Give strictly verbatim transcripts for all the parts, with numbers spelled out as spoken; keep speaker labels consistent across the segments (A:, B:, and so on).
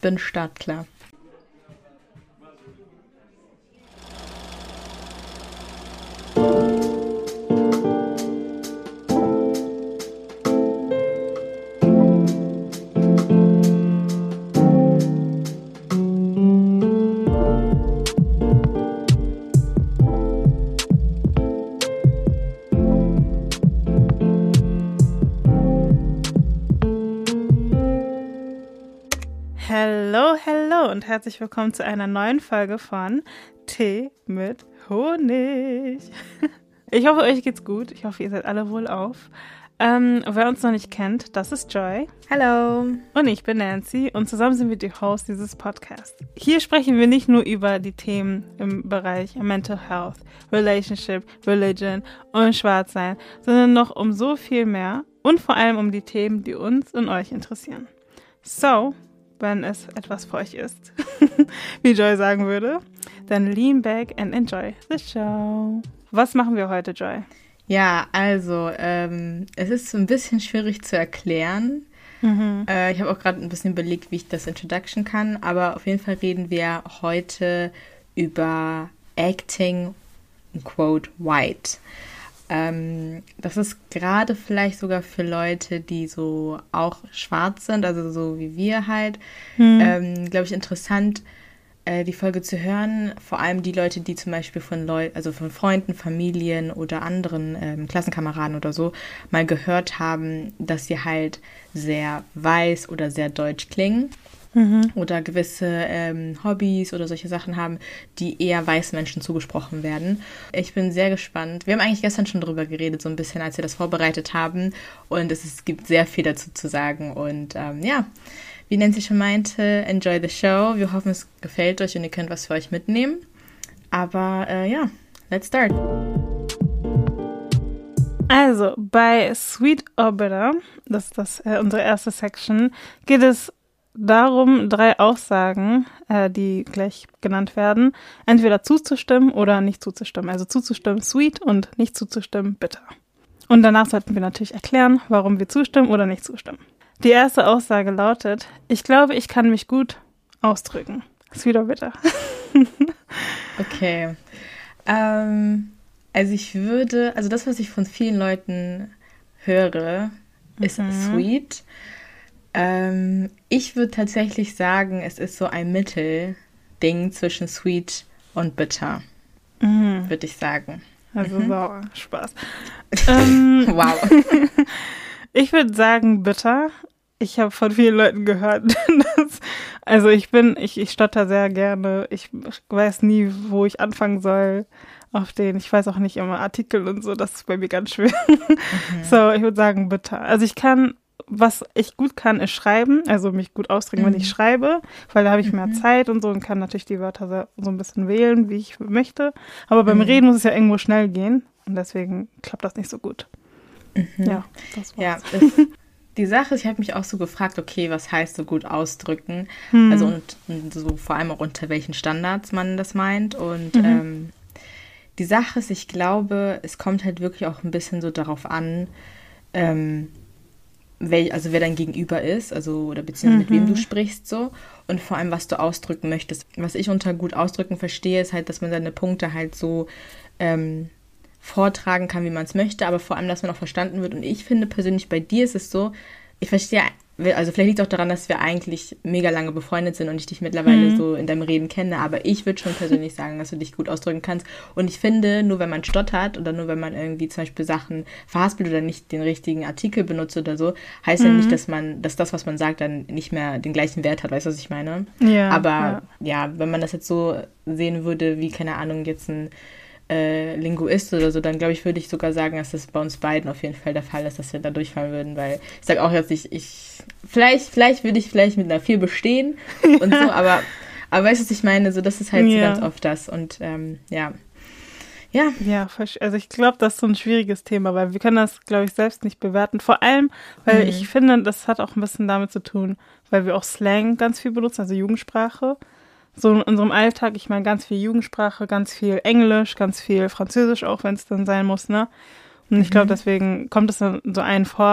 A: Bin startklar.
B: Hallo, hallo und herzlich willkommen zu einer neuen Folge von Tee mit Honig. Ich hoffe, euch geht's gut. Ich hoffe, ihr seid alle wohlauf. Ähm, wer uns noch nicht kennt, das ist Joy.
A: Hallo.
B: Und ich bin Nancy und zusammen sind wir die Hosts dieses Podcasts. Hier sprechen wir nicht nur über die Themen im Bereich Mental Health, Relationship, Religion und Schwarzsein, sondern noch um so viel mehr und vor allem um die Themen, die uns und euch interessieren. So, wenn es etwas für euch ist, wie Joy sagen würde, dann lean back and enjoy the show. Was machen wir heute, Joy?
A: Ja, also, ähm, es ist so ein bisschen schwierig zu erklären. Mhm. Äh, ich habe auch gerade ein bisschen überlegt, wie ich das Introduction kann, aber auf jeden Fall reden wir heute über Acting, quote, white. Ähm, das ist gerade vielleicht sogar für Leute, die so auch schwarz sind, also so wie wir halt, hm. ähm, glaube ich, interessant, äh, die Folge zu hören. Vor allem die Leute, die zum Beispiel von Leuten, also von Freunden, Familien oder anderen ähm, Klassenkameraden oder so mal gehört haben, dass sie halt sehr weiß oder sehr deutsch klingen. Mhm. Oder gewisse ähm, Hobbys oder solche Sachen haben, die eher weißen Menschen zugesprochen werden. Ich bin sehr gespannt. Wir haben eigentlich gestern schon drüber geredet, so ein bisschen, als wir das vorbereitet haben. Und es, es gibt sehr viel dazu zu sagen. Und ähm, ja, wie Nancy schon meinte, enjoy the show. Wir hoffen, es gefällt euch und ihr könnt was für euch mitnehmen. Aber äh, ja, let's start.
B: Also, bei Sweet or Bitter, das ist das, äh, unsere erste Section, geht es darum, drei Aussagen, äh, die gleich genannt werden, entweder zuzustimmen oder nicht zuzustimmen. Also zuzustimmen sweet und nicht zuzustimmen bitter. Und danach sollten wir natürlich erklären, warum wir zustimmen oder nicht zustimmen. Die erste Aussage lautet: Ich glaube, ich kann mich gut ausdrücken. Sweet or bitter?
A: Okay. Ähm, also ich würde, also das, was ich von vielen Leuten höre, ist mhm. sweet. Ähm, ich würde tatsächlich sagen, es ist so ein Mittelding zwischen sweet und bitter, mhm. würde ich sagen.
B: Also mhm. sauer, Spaß. ähm,
A: wow.
B: Ich würde sagen bitter. Ich habe von vielen Leuten gehört, dass, also ich bin, ich, ich stotter sehr gerne. Ich weiß nie, wo ich anfangen soll auf den, ich weiß auch nicht immer Artikel und so, das ist bei mir ganz schwer. Mhm. So, ich würde sagen bitter. Also ich kann Was ich gut kann, ist schreiben, also mich gut ausdrücken, mhm. wenn ich schreibe, weil da habe ich mehr mhm. Zeit und so und kann natürlich die Wörter so, so ein bisschen wählen, wie ich möchte. Aber beim mhm. Reden muss es ja irgendwo schnell gehen und deswegen klappt das nicht so gut.
A: Mhm.
B: Ja, das war's.
A: Ja, es, die Sache ist, ich habe mich auch so gefragt, okay, was heißt so gut ausdrücken? Mhm. Also und, und so vor allem auch unter welchen Standards man das meint. Und mhm. ähm, die Sache ist, ich glaube, es kommt halt wirklich auch ein bisschen so darauf an, ähm, Wel, also wer dein Gegenüber ist, also oder beziehungsweise mhm. mit wem du sprichst so und vor allem, was du ausdrücken möchtest. Was ich unter gut ausdrücken verstehe, ist halt, dass man seine Punkte halt so ähm, vortragen kann, wie man es möchte, aber vor allem, dass man auch verstanden wird. Und ich finde persönlich, bei dir ist es so, ich verstehe, also vielleicht liegt es auch daran, dass wir eigentlich mega lange befreundet sind und ich dich mittlerweile mhm. so in deinem Reden kenne, aber ich würde schon persönlich sagen, dass du dich gut ausdrücken kannst. Und ich finde, nur wenn man stottert oder nur wenn man irgendwie zum Beispiel Sachen verhaspelt oder nicht den richtigen Artikel benutzt oder so, heißt mhm. ja nicht, dass man, dass das, was man sagt, dann nicht mehr den gleichen Wert hat. Weißt du, was ich meine?
B: Ja,
A: aber
B: ja.
A: ja, wenn man das jetzt so sehen würde, wie, keine Ahnung, jetzt ein Äh, Linguist oder so, dann glaube ich, würde ich sogar sagen, dass das bei uns beiden auf jeden Fall der Fall ist, dass wir da durchfallen würden, weil ich sage auch jetzt nicht, ich, vielleicht, vielleicht würde ich vielleicht mit einer vier bestehen und so, aber, aber weißt du, was ich meine? So, das ist halt ja. so ganz oft das und ähm, ja. Ja.
B: Ja, also ich glaube, das ist so ein schwieriges Thema, weil wir können das, glaube ich, selbst nicht bewerten. Vor allem, weil mhm. ich finde, das hat auch ein bisschen damit zu tun, weil wir auch Slang ganz viel benutzen, also Jugendsprache. So in unserem Alltag, ich meine, ganz viel Jugendsprache, ganz viel Englisch, ganz viel Französisch auch, wenn es dann sein muss, ne? Und mhm. ich glaube, deswegen kommt es dann so einen vor.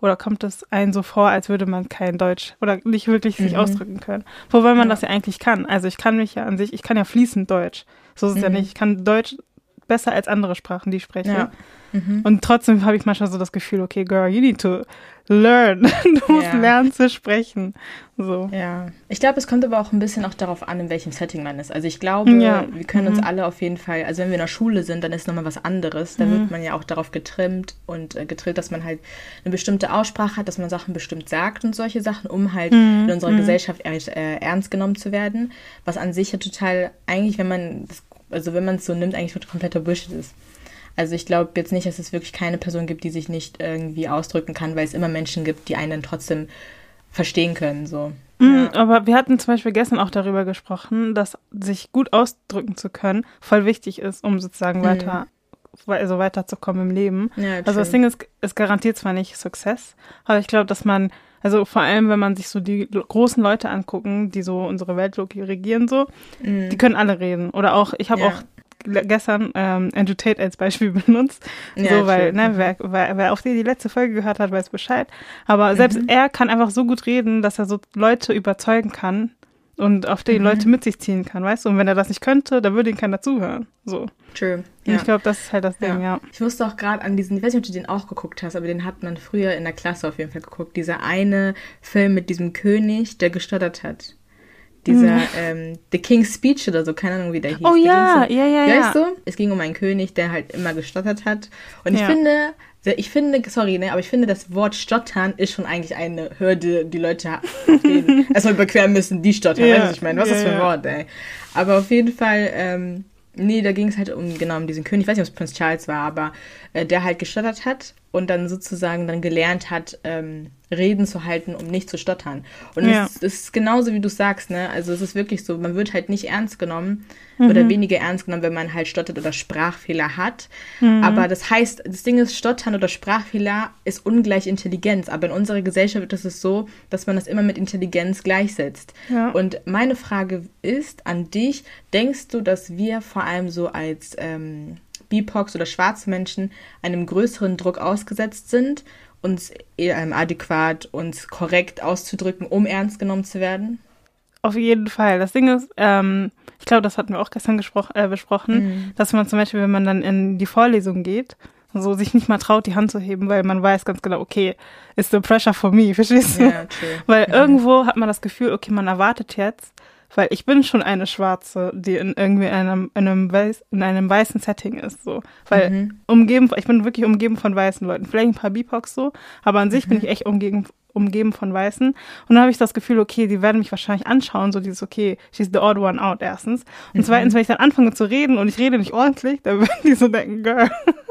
B: oder kommt es einem so vor, als würde man kein Deutsch oder nicht wirklich sich mhm. ausdrücken können. Wobei man ja. das ja eigentlich kann. Also ich kann mich ja an sich, ich kann ja fließend Deutsch. So ist es mhm. ja nicht. Ich kann Deutsch besser als andere Sprachen, die ich spreche. Ja. Mhm. Und trotzdem habe ich manchmal so das Gefühl, okay, girl, you need to learn. Du musst ja. lernen zu sprechen. So.
A: Ja. Ich glaube, es kommt aber auch ein bisschen auch darauf an, in welchem Setting man ist. Also ich glaube, ja. wir können mhm. uns alle auf jeden Fall, also wenn wir in der Schule sind, dann ist nochmal was anderes. Da mhm. wird man ja auch darauf getrimmt und äh, getrillt, dass man halt eine bestimmte Aussprache hat, dass man Sachen bestimmt sagt und solche Sachen, um halt mhm. in unserer mhm. Gesellschaft äh, ernst genommen zu werden. Was an sich ja total, eigentlich, wenn man das, also wenn man es so nimmt, eigentlich kompletter Bullshit ist. Also ich glaube jetzt nicht, dass es wirklich keine Person gibt, die sich nicht irgendwie ausdrücken kann, weil es immer Menschen gibt, die einen dann trotzdem verstehen können. So.
B: Mm, ja. Aber wir hatten zum Beispiel gestern auch darüber gesprochen, dass sich gut ausdrücken zu können voll wichtig ist, um sozusagen mm. weiter, also weiterzukommen im Leben. Ja, also das Ding ist, es garantiert zwar nicht Success, aber ich glaube, dass man, also vor allem, wenn man sich so die großen Leute angucken, die so unsere Welt regieren, so, mm. die können alle reden. Oder auch, ich habe ja. auch gestern ähm, Andrew Tate als Beispiel benutzt, ja, so, weil, ne, wer, wer, wer auf die die letzte Folge gehört hat, weiß Bescheid. Aber selbst mhm. er kann einfach so gut reden, dass er so Leute überzeugen kann und auf die mhm. Leute mit sich ziehen kann, weißt du? Und wenn er das nicht könnte, dann würde ihm keiner zuhören. So.
A: True.
B: Ja. Ich glaube, das ist halt das Ding, ja. ja.
A: Ich musste auch gerade an diesen, ich weiß nicht, ob du den auch geguckt hast, aber den hat man früher in der Klasse auf jeden Fall geguckt. Dieser eine Film mit diesem König, der gestottert hat. Dieser mhm. ähm, The King's Speech oder so, keine Ahnung, wie der hieß.
B: Oh ja, so, ja, ja, ja.
A: Weißt du? Es ging um einen König, der halt immer gestottert hat. Und ich ja. finde, ich finde, sorry, ne, aber ich finde, das Wort Stottern ist schon eigentlich eine Hürde, die Leute erstmal überqueren müssen, die stottern. Ja. Weißt du, ich meine, was ist das für ein Wort, ey? Aber auf jeden Fall, ähm, nee, da ging es halt um, genau, um diesen König, ich weiß nicht, ob es Prinz Charles war, aber äh, der halt gestottert hat und dann sozusagen dann gelernt hat, ähm, Reden zu halten, um nicht zu stottern. Und ja. es, es ist genauso, wie du sagst, ne? Also es ist wirklich so, man wird halt nicht ernst genommen mhm. oder weniger ernst genommen, wenn man halt stottert oder Sprachfehler hat. Mhm. Aber das heißt, das Ding ist, Stottern oder Sprachfehler ist ungleich Intelligenz. Aber in unserer Gesellschaft ist es so, dass man das immer mit Intelligenz gleichsetzt. Ja. Und meine Frage ist an dich, denkst du, dass wir vor allem so als ähm, B I P O X oder schwarze Menschen einem größeren Druck ausgesetzt sind, uns ähm, adäquat, uns korrekt auszudrücken, um ernst genommen zu werden?
B: Auf jeden Fall. Das Ding ist, ähm, ich glaube, das hatten wir auch gestern gespro- äh, besprochen, mhm. dass man zum Beispiel, wenn man dann in die Vorlesung geht, so sich nicht mal traut, die Hand zu heben, weil man weiß ganz genau, okay, ist the pressure for me, verstehst du? Ja, true. Weil ja. irgendwo hat man das Gefühl, okay, man erwartet jetzt, weil ich bin schon eine Schwarze, die in irgendwie einem, in einem, weiß, in einem weißen Setting ist, so. Weil mhm. umgeben, ich bin wirklich umgeben von weißen Leuten. Vielleicht ein paar B I P O X so, aber an sich mhm. bin ich echt umgeben, umgeben von Weißen. Und dann habe ich das Gefühl, okay, die werden mich wahrscheinlich anschauen, so dieses, okay, she's the odd one out, erstens. Und mhm. zweitens, wenn ich dann anfange zu reden und ich rede nicht ordentlich, dann werden die so denken, girl.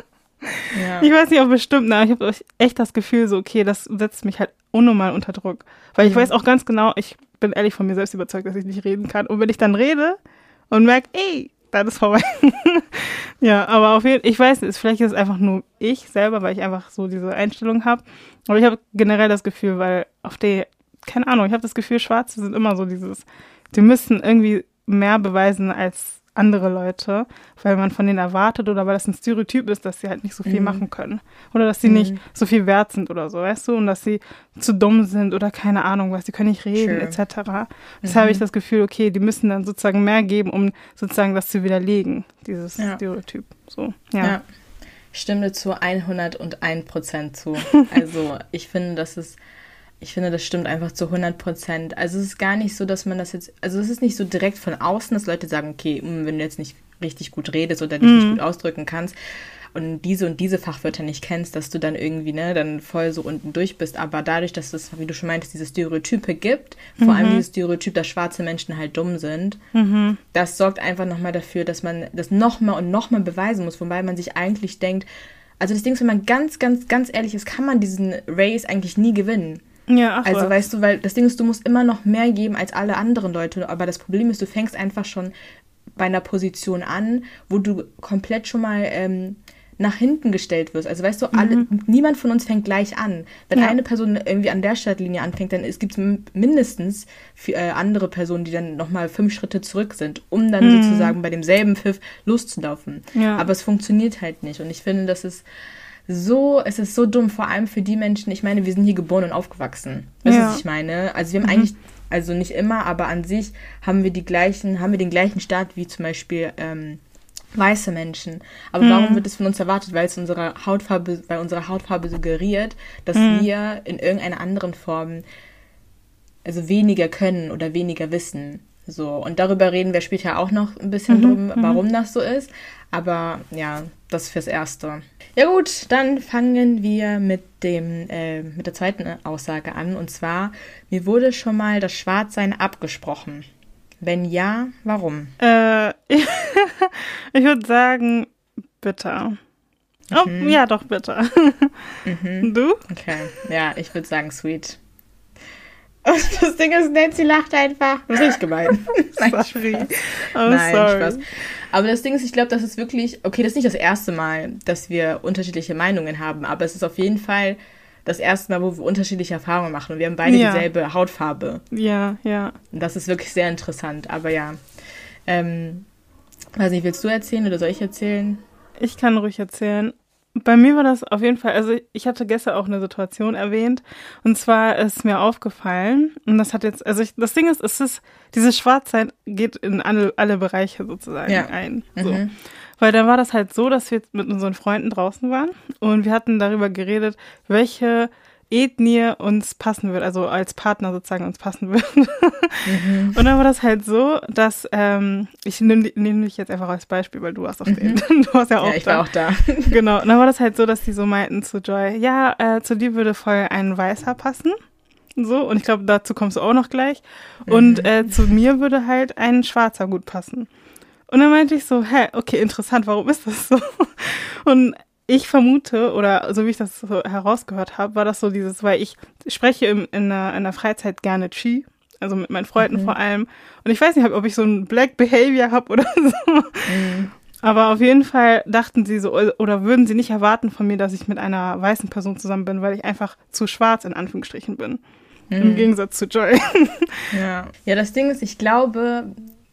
B: Ja. Ich weiß nicht, ob bestimmt, aber ich habe echt das Gefühl, so, okay, das setzt mich halt unnormal unter Druck. Weil ich mhm. weiß auch ganz genau, ich bin ehrlich von mir selbst überzeugt, dass ich nicht reden kann. Und wenn ich dann rede und merke, ey, dann ist vorbei. Ja, aber auf jeden Fall, ich weiß nicht, vielleicht ist es einfach nur ich selber, weil ich einfach so diese Einstellung habe. Aber ich habe generell das Gefühl, weil auf die, keine Ahnung, ich habe das Gefühl, Schwarze sind immer so dieses, die müssen irgendwie mehr beweisen als andere Leute, weil man von denen erwartet oder weil das ein Stereotyp ist, dass sie halt nicht so viel mhm. machen können. Oder dass sie mhm. nicht so viel wert sind oder so, weißt du? Und dass sie zu dumm sind oder keine Ahnung was, die können nicht reden, sure. et cetera. Deshalb mhm. habe ich das Gefühl, okay, die müssen dann sozusagen mehr geben, um sozusagen das zu widerlegen, dieses ja. Stereotyp. So, ja. ja.
A: Ich stimme zu hunderteins Prozent zu. Also ich finde, das ist Ich finde, das stimmt einfach zu hundert Prozent. Also es ist gar nicht so, dass man das jetzt, also es ist nicht so direkt von außen, dass Leute sagen, okay, wenn du jetzt nicht richtig gut redest oder dich mm. nicht gut ausdrücken kannst und diese und diese Fachwörter nicht kennst, dass du dann irgendwie, ne, dann voll so unten durch bist. Aber dadurch, dass es, wie du schon meintest, diese Stereotype gibt, mhm. vor allem dieses Stereotyp, dass schwarze Menschen halt dumm sind, mhm. das sorgt einfach nochmal dafür, dass man das nochmal und nochmal beweisen muss, wobei man sich eigentlich denkt, also das Ding ist, wenn man ganz, ganz, ganz ehrlich ist, kann man diesen Race eigentlich nie gewinnen.
B: Ja, ach
A: also
B: was.
A: weißt du, weil das Ding ist, du musst immer noch mehr geben als alle anderen Leute, aber das Problem ist, du fängst einfach schon bei einer Position an, wo du komplett schon mal ähm, nach hinten gestellt wirst. Also weißt du, alle, mhm. niemand von uns fängt gleich an. Wenn ja. eine Person irgendwie an der Startlinie anfängt, dann gibt es mindestens für, äh, andere Personen, die dann nochmal fünf Schritte zurück sind, um dann mhm. sozusagen bei demselben Pfiff loszulaufen. Ja. Aber es funktioniert halt nicht und ich finde, das ist so, es ist so dumm, vor allem für die Menschen, ich meine, wir sind hier geboren und aufgewachsen. Weißt du,
B: Ja.
A: was ich meine? Also wir haben
B: Mhm.
A: eigentlich, also nicht immer, aber an sich haben wir die gleichen, haben wir den gleichen Staat wie zum Beispiel ähm, weiße Menschen. Aber
B: Mhm.
A: warum wird es von uns erwartet? Weil es unsere Hautfarbe, weil unsere Hautfarbe suggeriert, dass
B: Mhm.
A: wir in irgendeiner anderen Form also weniger können oder weniger wissen. So, und darüber reden wir später auch noch ein bisschen
B: Mhm,
A: drum,
B: mhm.
A: warum das so ist. Aber ja, das fürs Erste. Ja gut, dann fangen wir mit dem äh, mit der zweiten Aussage an. Und zwar, mir wurde schon mal das Schwarzsein abgesprochen. Wenn ja, warum?
B: Äh, ich würde sagen, bitter. Oh,
A: Mhm.
B: ja, doch, bitter.
A: Mhm.
B: Du?
A: Okay, ja, ich würde sagen sweet. Und das Ding ist, Nancy lacht einfach. Das ist nicht gemein. Nein,
B: Sorry.
A: Spaß.
B: Oh,
A: Nein,
B: sorry.
A: Spaß. Aber das Ding ist, ich glaube, das ist wirklich, okay, das ist nicht das erste Mal, dass wir unterschiedliche Meinungen haben, aber es ist auf jeden Fall das erste Mal, wo wir unterschiedliche Erfahrungen machen und wir haben beide
B: Ja.
A: dieselbe Hautfarbe.
B: Ja, ja.
A: Und das ist wirklich sehr interessant, aber ja. Ähm, weiß nicht, willst du erzählen oder soll ich erzählen?
B: Ich kann ruhig erzählen. Bei mir war das auf jeden Fall, also ich hatte gestern auch eine Situation erwähnt und zwar ist mir aufgefallen und das hat jetzt, also ich, das Ding ist, es ist, dieses Schwarzsein geht in alle, alle Bereiche sozusagen
A: Ja.
B: ein. So.
A: Mhm.
B: Weil dann war das halt so, dass wir mit unseren Freunden draußen waren und wir hatten darüber geredet, welche Ethnie uns passen wird, also als Partner sozusagen uns passen wird.
A: Mhm.
B: Und dann war das halt so, dass, ähm, ich nehme nehm dich jetzt einfach als Beispiel, weil du warst auf
A: Mhm.
B: den, du warst ja auch
A: Ja, ich
B: da.
A: war auch da.
B: Genau, und dann war das halt so, dass die so meinten zu Joy, ja, äh, zu dir würde voll ein Weißer passen. So, und ich glaube, dazu kommst du auch noch gleich. Und
A: Mhm.
B: äh, zu mir würde halt ein Schwarzer gut passen. Und dann meinte ich so, hä, okay, interessant, warum ist das so? Und ich vermute, oder so wie ich das so herausgehört habe, war das so dieses, weil ich spreche im, in, der, in der Freizeit gerne Chi, also mit meinen Freunden
A: Mhm.
B: vor allem. Und ich weiß nicht, ob ich so ein Black Behavior habe oder so.
A: Mhm.
B: Aber auf jeden Fall dachten sie so, oder würden sie nicht erwarten von mir, dass ich mit einer weißen Person zusammen bin, weil ich einfach zu schwarz in Anführungsstrichen bin. Im
A: Mhm.
B: Gegensatz zu Joy.
A: Ja. Ja, das Ding ist, ich glaube,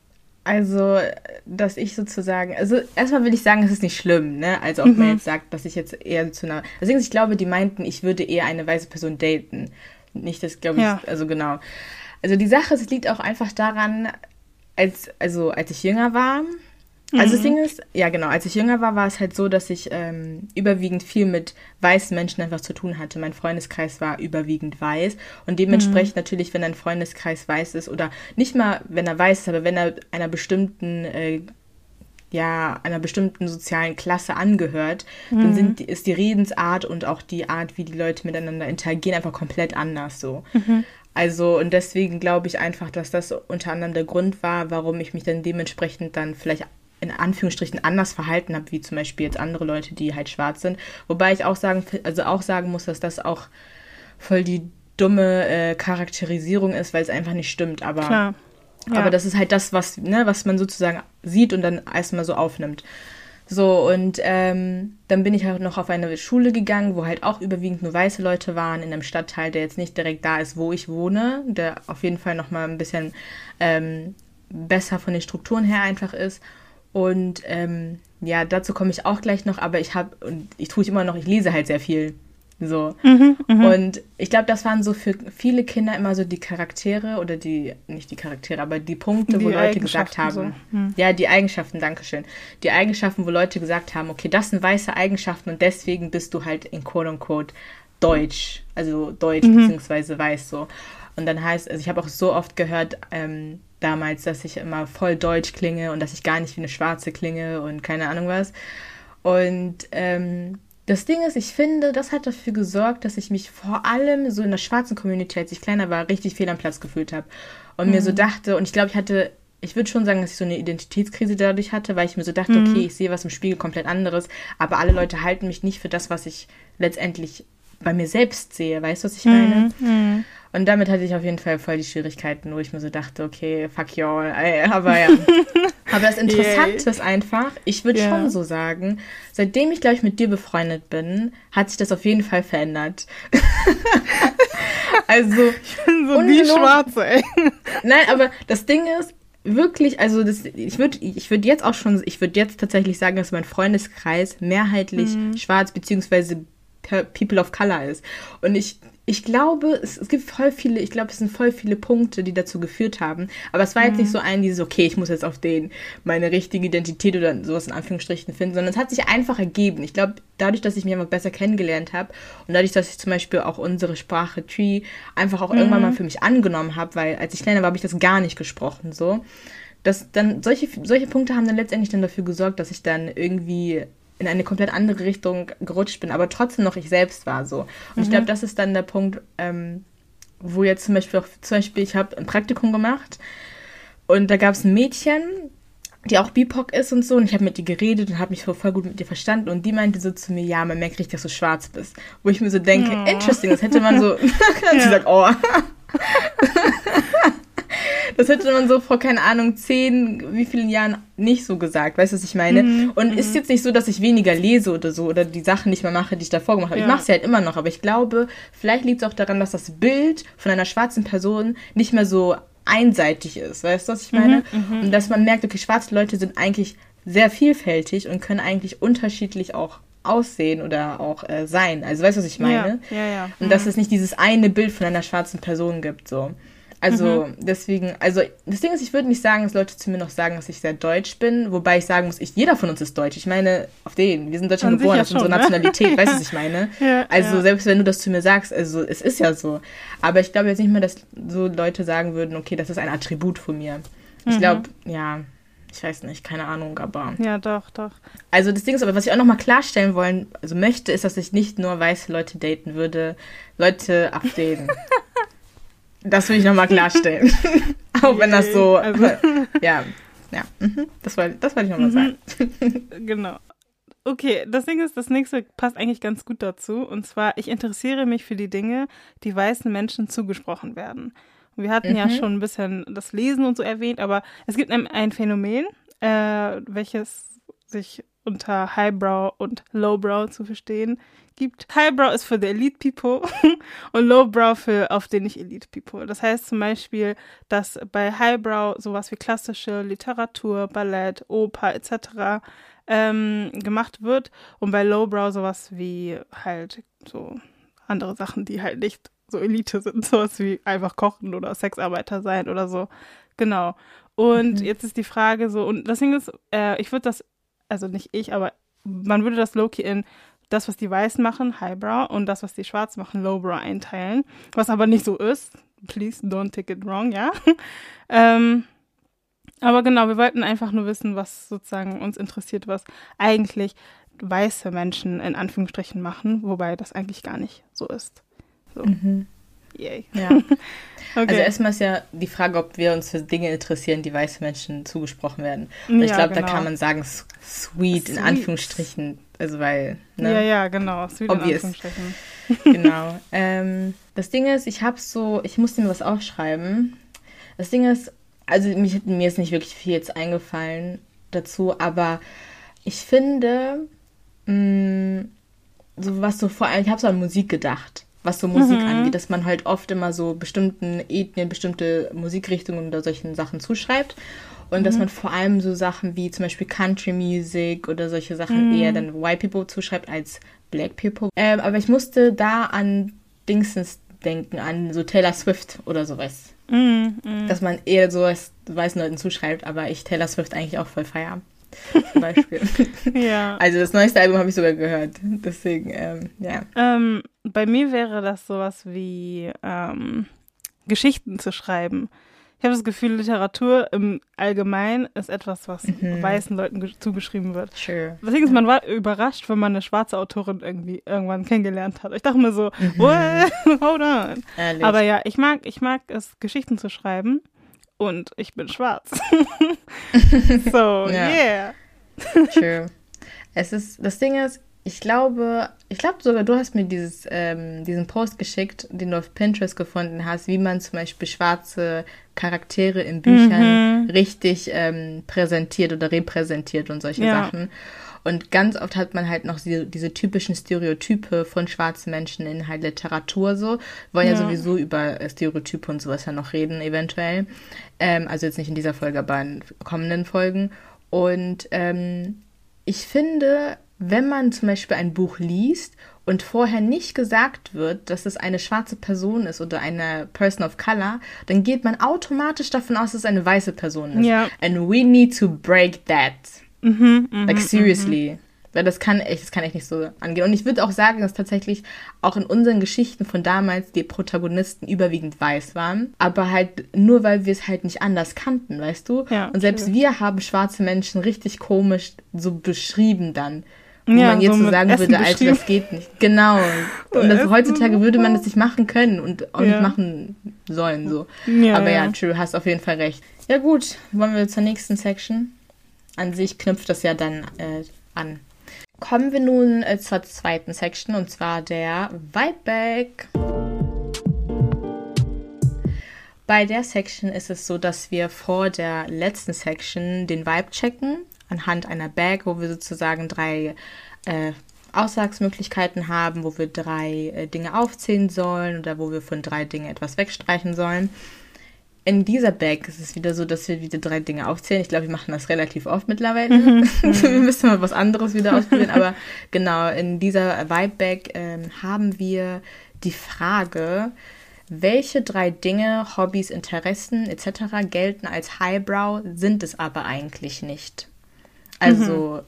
A: also, dass ich sozusagen, also erstmal will ich sagen, es ist nicht schlimm, ne? Also ob man
B: Mhm.
A: jetzt sagt, dass ich jetzt eher zu einer, deswegen, ich glaube, die meinten, ich würde eher eine weiße Person daten. Nicht das, glaube ich,
B: Ja.
A: also genau. Also die Sache, es liegt auch einfach daran, als, also als ich jünger war, also das
B: Mhm.
A: Ding ist, ja genau, als ich jünger war, war es halt so, dass ich ähm, überwiegend viel mit weißen Menschen einfach zu tun hatte. Mein Freundeskreis war überwiegend weiß und dementsprechend natürlich, wenn ein Freundeskreis weiß ist oder nicht mal, wenn er weiß ist, aber wenn er einer bestimmten, äh, ja, einer bestimmten sozialen Klasse angehört, dann sind, die- ist die Redensart und auch die Art, wie die Leute miteinander interagieren, einfach komplett anders so. Also und deswegen glaube ich einfach, dass das unter anderem der Grund war, warum ich mich dann dementsprechend dann vielleicht in Anführungsstrichen anders verhalten habe, wie zum Beispiel jetzt andere Leute, die halt schwarz sind. Wobei ich auch sagen, also auch sagen muss, dass das auch voll die dumme äh, Charakterisierung ist, weil es einfach nicht stimmt. Aber,
B: Klar. Ja.
A: aber das ist halt das, was, ne, was man sozusagen sieht und dann erstmal so aufnimmt. So, und ähm, dann bin ich halt noch auf eine Schule gegangen, wo halt auch überwiegend nur weiße Leute waren, in einem Stadtteil, der jetzt nicht direkt da ist, wo ich wohne, der auf jeden Fall nochmal ein bisschen ähm, besser von den Strukturen her einfach ist. Und ähm, ja, dazu komme ich auch gleich noch, aber ich habe, und ich tue es immer noch, ich lese halt sehr viel. So.
B: Mhm, mhm.
A: Und ich glaube, das waren so für viele Kinder immer so die Charaktere oder die, nicht die Charaktere, aber die Punkte,
B: Die
A: wo Leute gesagt
B: Eigenschaften
A: haben,
B: so. Hm.
A: ja, die Eigenschaften, Dankeschön. Die Eigenschaften, wo Leute gesagt haben, okay, das sind weiße Eigenschaften und deswegen bist du halt in quote unquote deutsch, also deutsch
B: Mhm.
A: beziehungsweise weiß so. Und dann heißt, also ich habe auch so oft gehört, ähm, damals, dass ich immer voll deutsch klinge und dass ich gar nicht wie eine Schwarze klinge und keine Ahnung was. Und ähm, das Ding ist, ich finde, das hat dafür gesorgt, dass ich mich vor allem so in der schwarzen Community, als ich kleiner war, richtig fehl am Platz gefühlt habe. Und mir so dachte, und ich glaube, ich hatte, ich würde schon sagen, dass ich so eine Identitätskrise dadurch hatte, weil ich mir so dachte,
B: Mhm.
A: okay, ich sehe was im Spiegel komplett anderes, aber alle Leute halten mich nicht für das, was ich letztendlich bei mir selbst sehe. Weißt du, was ich meine?
B: Mhm.
A: Und damit hatte ich auf jeden Fall voll die Schwierigkeiten, wo ich mir so dachte, okay, fuck y'all. Ey, aber ja. Aber das Interessante
B: Yay.
A: ist einfach, ich würde
B: Ja.
A: schon so sagen, seitdem ich, glaube ich, mit dir befreundet bin, hat sich das auf jeden Fall verändert. Also,
B: So die
A: Ungelogen.
B: Schwarze, ey.
A: nein, aber das Ding ist, wirklich, also das, ich würde ich würd jetzt auch schon, ich würde jetzt tatsächlich sagen, dass mein Freundeskreis mehrheitlich mhm. schwarz beziehungsweise People of Color ist. Und ich, ich glaube, es, es gibt voll viele, ich glaube, es sind voll viele Punkte, die dazu geführt haben. Aber es war jetzt mhm. nicht so ein, dieses, okay, ich muss jetzt auf den meine richtige Identität oder sowas in Anführungsstrichen finden, sondern es hat sich einfach ergeben. Ich glaube, dadurch, dass ich mich einfach besser kennengelernt habe und dadurch, dass ich zum Beispiel auch unsere Sprache Tree einfach auch mhm. irgendwann mal für mich angenommen habe, weil als ich kleiner war, habe ich das gar nicht gesprochen, so. Das dann, solche, solche Punkte haben dann letztendlich dann dafür gesorgt, dass ich dann irgendwie in eine komplett andere Richtung gerutscht bin, aber trotzdem noch ich selbst war so. Und mhm. ich glaube, das ist dann der Punkt, ähm, wo jetzt zum Beispiel auch, zum Beispiel, ich habe ein Praktikum gemacht und da gab es ein Mädchen, die auch B I P O C ist und so, und ich habe mit ihr geredet und habe mich voll, voll gut mit ihr verstanden und die meinte so zu mir, ja, man merkt richtig, dass du schwarz bist. Wo ich mir so denke, oh. interesting, das hätte man so, und ja. sie sagt, oh. Das hätte man so vor, keine Ahnung, zehn, wie vielen Jahren nicht so gesagt. Weißt du, was ich meine? Mhm, und ist jetzt nicht so, dass ich weniger lese oder so oder die Sachen nicht mehr mache, die ich davor gemacht habe. Ja. Ich mache sie halt immer noch, aber ich glaube, vielleicht liegt es auch daran, dass das Bild von einer schwarzen Person nicht mehr so einseitig ist. Weißt du, was ich meine? Mhm, und dass man merkt, okay, schwarze Leute sind eigentlich sehr vielfältig und können eigentlich unterschiedlich auch aussehen oder auch äh, sein. Also weißt du, was ich meine?
B: Ja, ja, ja. Mhm.
A: Und dass es nicht dieses eine Bild von einer schwarzen Person gibt, so. Also mhm. deswegen, also das Ding ist, ich würde nicht sagen, dass Leute zu mir noch sagen, dass ich sehr deutsch bin, wobei ich sagen muss, ich, jeder von uns ist deutsch. Ich meine, auf den, wir sind in Deutschland
B: An
A: geboren, das ist
B: ja
A: unsere
B: schon,
A: Nationalität,
B: ne?
A: weißt du, was ich meine?
B: Ja,
A: also
B: ja.
A: selbst wenn du das zu mir sagst, also es ist ja so. Aber ich glaube jetzt nicht mehr, dass so Leute sagen würden, okay, das ist ein Attribut von mir. Ich mhm. glaube, ja, ich weiß nicht, keine Ahnung, aber...
B: Ja, doch, doch.
A: Also das Ding ist aber, was ich auch nochmal klarstellen wollen, also möchte, ist, dass ich nicht nur weiße Leute daten würde, Leute ab denen... Das will ich nochmal klarstellen. Auch wenn das so, also. ja, ja, das wollte das wollt ich nochmal sagen.
B: Genau. Okay, das Ding ist, das nächste passt eigentlich ganz gut dazu. Und zwar, ich interessiere mich für die Dinge, die weißen Menschen zugesprochen werden. Und wir hatten mhm. ja schon ein bisschen das Lesen und so erwähnt, aber es gibt ein, ein Phänomen, äh, welches sich unter Highbrow und Lowbrow zu verstehen gibt. Highbrow ist für the Elite People und Lowbrow für auf den nicht Elite People. Das heißt zum Beispiel, dass bei Highbrow sowas wie klassische Literatur, Ballett, Oper et cetera ähm, gemacht wird und bei Lowbrow sowas wie halt so andere Sachen, die halt nicht so Elite sind, sowas wie einfach kochen oder Sexarbeiter sein oder so. Genau. Und mhm. jetzt ist die Frage so, und das Ding ist, äh, ich würde das, also nicht ich, aber man würde das low-key in das, was die Weißen machen, Highbrow, und das, was die Schwarzen machen, Lowbrow einteilen. Was aber nicht so ist. Please don't take it wrong, ja. ähm, aber genau, wir wollten einfach nur wissen, was sozusagen uns interessiert, was eigentlich weiße Menschen in Anführungsstrichen machen, wobei das eigentlich gar nicht so ist. So.
A: Mhm.
B: Yay.
A: Ja. Okay. Also erstmal ist ja die Frage, ob wir uns für Dinge interessieren, die weiße Menschen zugesprochen werden. Und ich
B: Ja,
A: glaube,
B: genau.
A: da kann man sagen, sweet, in
B: Sweet.
A: Anführungsstrichen. Also weil, ne?
B: Ja, ja, genau. Sweet in
A: Obvious.
B: Anführungsstrichen.
A: Genau. Ähm, das Ding ist, ich habe so, ich musste mir was aufschreiben. Das Ding ist, also mich, mir ist nicht wirklich viel jetzt eingefallen dazu, aber ich finde, mh, so was so vor allem, ich habe so an Musik gedacht, was so Musik
B: Mhm.
A: angeht, dass man halt oft immer so bestimmten Ethnien, bestimmte Musikrichtungen oder solchen Sachen zuschreibt. Und dass man vor allem so Sachen wie zum Beispiel Country Music oder solche Sachen
B: Mhm.
A: eher dann White People zuschreibt als Black People. Ähm, aber ich musste da an Dingsens denken, an so Taylor Swift oder sowas.
B: Mhm, mhm.
A: Dass man eher sowas weißen Leuten zuschreibt, aber ich Taylor Swift eigentlich auch voll feier. Zum Beispiel.
B: Ja.
A: Also das neueste Album habe ich sogar gehört. Deswegen, ähm, ja.
B: Ähm, bei mir wäre das sowas wie ähm, Geschichten zu schreiben. Ich habe das Gefühl, Literatur im Allgemeinen ist etwas, was
A: Mhm.
B: weißen Leuten ge- zugeschrieben wird.
A: Sure.
B: Deswegen ist man war überrascht, wenn man eine schwarze Autorin irgendwie irgendwann kennengelernt hat. Ich dachte mir so,
A: Mhm.
B: what? Hold on.
A: Ehrlich.
B: Aber ja, ich mag, ich mag es, Geschichten zu schreiben und ich bin schwarz. So,
A: Ja.
B: yeah.
A: True. Es ist, das Ding ist, ich glaube, ich glaube sogar, du hast mir dieses, ähm, diesen Post geschickt, den du auf Pinterest gefunden hast, wie man zum Beispiel schwarze Charaktere in Büchern
B: Mhm.
A: richtig ähm, präsentiert oder repräsentiert und solche
B: Ja.
A: Sachen. Und ganz oft hat man halt noch diese, diese typischen Stereotype von schwarzen Menschen in halt Literatur so. Wir wollen ja, ja sowieso über Stereotype und sowas ja noch reden, eventuell. Ähm, also jetzt nicht in dieser Folge, aber in kommenden Folgen. Und ähm, ich finde, wenn man zum Beispiel ein Buch liest und vorher nicht gesagt wird, dass es eine schwarze Person ist oder eine Person of Color, dann geht man automatisch davon aus, dass es eine weiße Person ist.
B: Ja.
A: And we need to break that.
B: Mhm, mh,
A: like seriously.
B: Mhm.
A: Weil das kann echt, das kann echt nicht so angehen. Und ich würde auch sagen, dass tatsächlich auch in unseren Geschichten von damals die Protagonisten überwiegend weiß waren. Aber halt nur, weil wir es halt nicht anders kannten, weißt du?
B: Ja,
A: und selbst
B: true.
A: wir haben schwarze Menschen richtig komisch so beschrieben dann. Wo
B: ja,
A: man jetzt
B: so
A: so sagen
B: Essen
A: würde, Alter, das geht nicht. Genau. Und das, heutzutage würde man das nicht machen können und auch ja. nicht machen sollen. So.
B: Ja,
A: Aber ja,
B: ja,
A: true, hast auf jeden Fall recht. Ja gut, wollen wir zur nächsten Section? An sich knüpft das ja dann äh, an. Kommen wir nun äh, zur zweiten Section, und zwar der Vibe-Bag. Bei der Section ist es so, dass wir vor der letzten Section den Vibe checken, anhand einer Bag, wo wir sozusagen drei äh, Aussagsmöglichkeiten haben, wo wir drei äh, Dinge aufzählen sollen oder wo wir von drei Dingen etwas wegstreichen sollen. In dieser Bag ist es wieder so, dass wir wieder drei Dinge aufzählen. Ich glaube, wir machen das relativ oft mittlerweile. Mhm. Wir müssen mal was anderes wieder ausprobieren. Aber genau, in dieser Vibe-Bag ähm, haben wir die Frage, welche drei Dinge, Hobbys, Interessen et cetera gelten als Highbrow, sind es aber eigentlich nicht. Also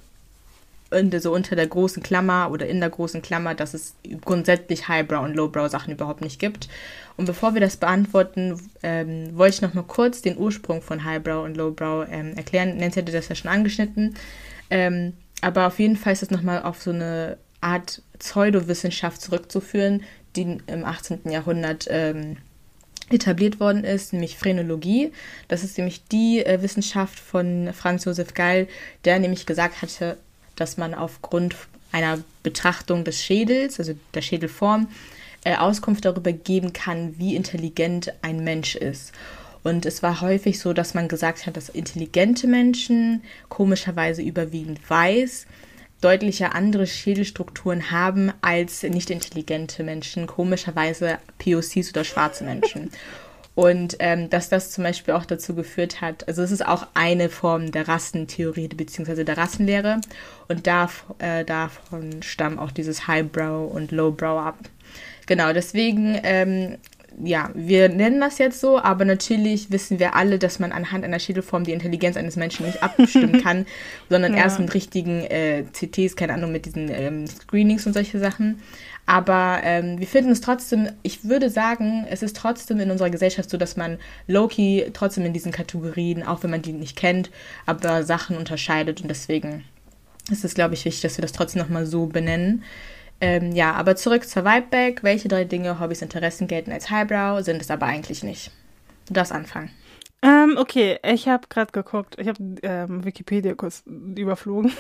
A: mhm. so unter der großen Klammer oder in der großen Klammer, dass es grundsätzlich Highbrow und Lowbrow Sachen überhaupt nicht gibt. Und bevor wir das beantworten, ähm, wollte ich noch mal kurz den Ursprung von Highbrow und Lowbrow ähm, erklären. Nancy hätte das ja schon angeschnitten. Ähm, aber auf jeden Fall ist das nochmal auf so eine Art Pseudowissenschaft zurückzuführen, die im achtzehnten Jahrhundert ähm, etabliert worden ist, nämlich Phrenologie. Das ist nämlich die äh, Wissenschaft von Franz Josef Gall, der nämlich gesagt hatte, dass man aufgrund einer Betrachtung des Schädels, also der Schädelform, äh, Auskunft darüber geben kann, wie intelligent ein Mensch ist. Und es war häufig so, dass man gesagt hat, dass intelligente Menschen, komischerweise überwiegend weiß, deutliche andere Schädelstrukturen haben als nicht intelligente Menschen, komischerweise P O Cs oder schwarze Menschen. Und ähm, dass das zum Beispiel auch dazu geführt hat, also es ist auch eine Form der Rassentheorie bzw. der Rassenlehre, und darf, äh, davon stammt auch dieses Highbrow und Lowbrow ab. Genau, deswegen, ähm, ja, wir nennen das jetzt so, aber natürlich wissen wir alle, dass man anhand einer Schädelform die Intelligenz eines Menschen nicht abstimmen kann, sondern ja. erst mit richtigen äh, C Ts, keine Ahnung, mit diesen ähm, Screenings und solche Sachen. Aber ähm, wir finden es trotzdem, ich würde sagen, es ist trotzdem in unserer Gesellschaft so, dass man low-key trotzdem in diesen Kategorien, auch wenn man die nicht kennt, aber Sachen unterscheidet, und deswegen ist es, glaube ich, wichtig, dass wir das trotzdem nochmal so benennen. Ähm, ja, aber zurück zur Vibe-Bag. Welche drei Dinge, Hobbys, Interessen gelten als Highbrow, sind es aber eigentlich nicht? Du darfst anfangen.
B: Ähm, okay, ich habe gerade geguckt. Ich habe ähm, Wikipedia kurz überflogen.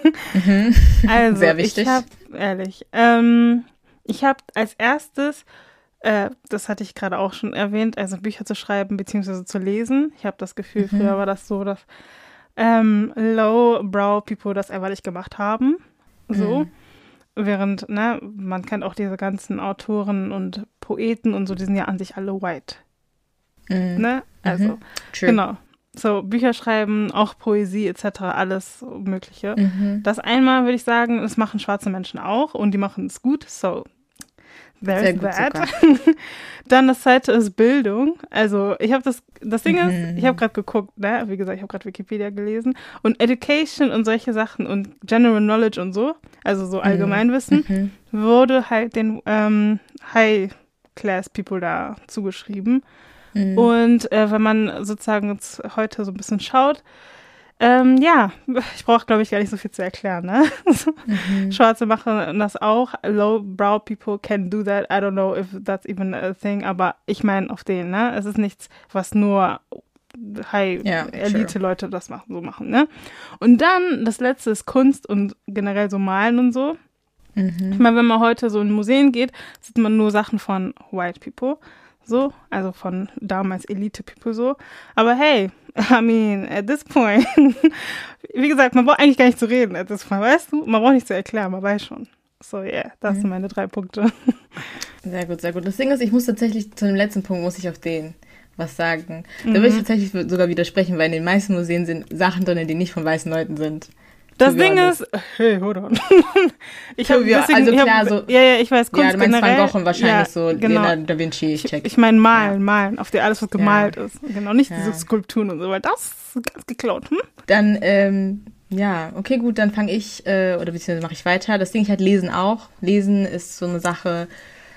A: Mhm.
B: Also,
A: sehr wichtig.
B: Ich habe, ehrlich, ähm, ich habe als erstes, äh, das hatte ich gerade auch schon erwähnt, also Bücher zu schreiben bzw. zu lesen. Ich habe das Gefühl,
A: Mhm.
B: früher war das so, dass ähm, Low-Brow-People das einfach gemacht haben. So.
A: Mhm.
B: Während, ne, man kennt auch diese ganzen Autoren und Poeten und so, die sind ja an sich alle white.
A: Mhm.
B: Ne? Also,
A: Mhm. True.
B: genau. So, Bücher schreiben, auch Poesie et cetera, alles Mögliche.
A: Mhm.
B: Das einmal würde ich sagen, das machen schwarze Menschen auch und die machen es gut, so there's
A: Sehr gut
B: that. Dann das zweite ist Bildung. Also ich habe das, das Ding
A: Mhm.
B: ist, ich habe gerade geguckt, ne, wie gesagt, ich habe gerade Wikipedia gelesen und Education und solche Sachen und General Knowledge und so, also so Allgemeinwissen,
A: Mhm.
B: wurde halt den ähm, High-Class-People da zugeschrieben.
A: Mhm.
B: Und äh, wenn man sozusagen jetzt heute so ein bisschen schaut, ähm, ja, ich brauche, glaube ich, gar nicht so viel zu erklären, ne?
A: Mhm.
B: Schwarze machen das auch. Low-brow people can do that. I don't know if that's even a thing, aber ich meine auf den, ne? Es ist nichts, was nur High-Elite-Leute das machen, so machen, ne? Und dann, das letzte ist Kunst und generell so Malen und so.
A: Mhm.
B: Ich meine, wenn man heute so in Museen geht, sieht man nur Sachen von White People. So, also von damals Elite-People so. Aber hey, I mean, at this point, wie gesagt, man braucht eigentlich gar nicht zu reden. Das, weißt du, man braucht nicht zu erklären, man weiß schon. So, ja, yeah, das mhm. sind meine drei Punkte.
A: Sehr gut, sehr gut. Das Ding ist, ich muss tatsächlich, zu dem letzten Punkt muss ich auf den was sagen. Da mhm. würde ich tatsächlich sogar widersprechen, weil in den meisten Museen sind Sachen drin, die nicht von weißen Leuten sind.
B: Das Ding ist, hey, hold on. ich habe
A: also klar, hab, so,
B: ja, ja, ich weiß, Kunst
A: ja, du meinst
B: generell,
A: Van Gogh und wahrscheinlich ja, so
B: genau.
A: Leonardo da Vinci, ich check.
B: Ich, ich meine malen, ja. malen, auf der alles, was gemalt
A: ja.
B: ist. Genau, nicht
A: ja.
B: diese Skulpturen und so, weil das ist ganz geklaut. Hm?
A: Dann, ähm, ja, okay, gut, dann fange ich, äh, oder beziehungsweise mache ich weiter. Das Ding, ich halt Lesen auch. Lesen ist so eine Sache,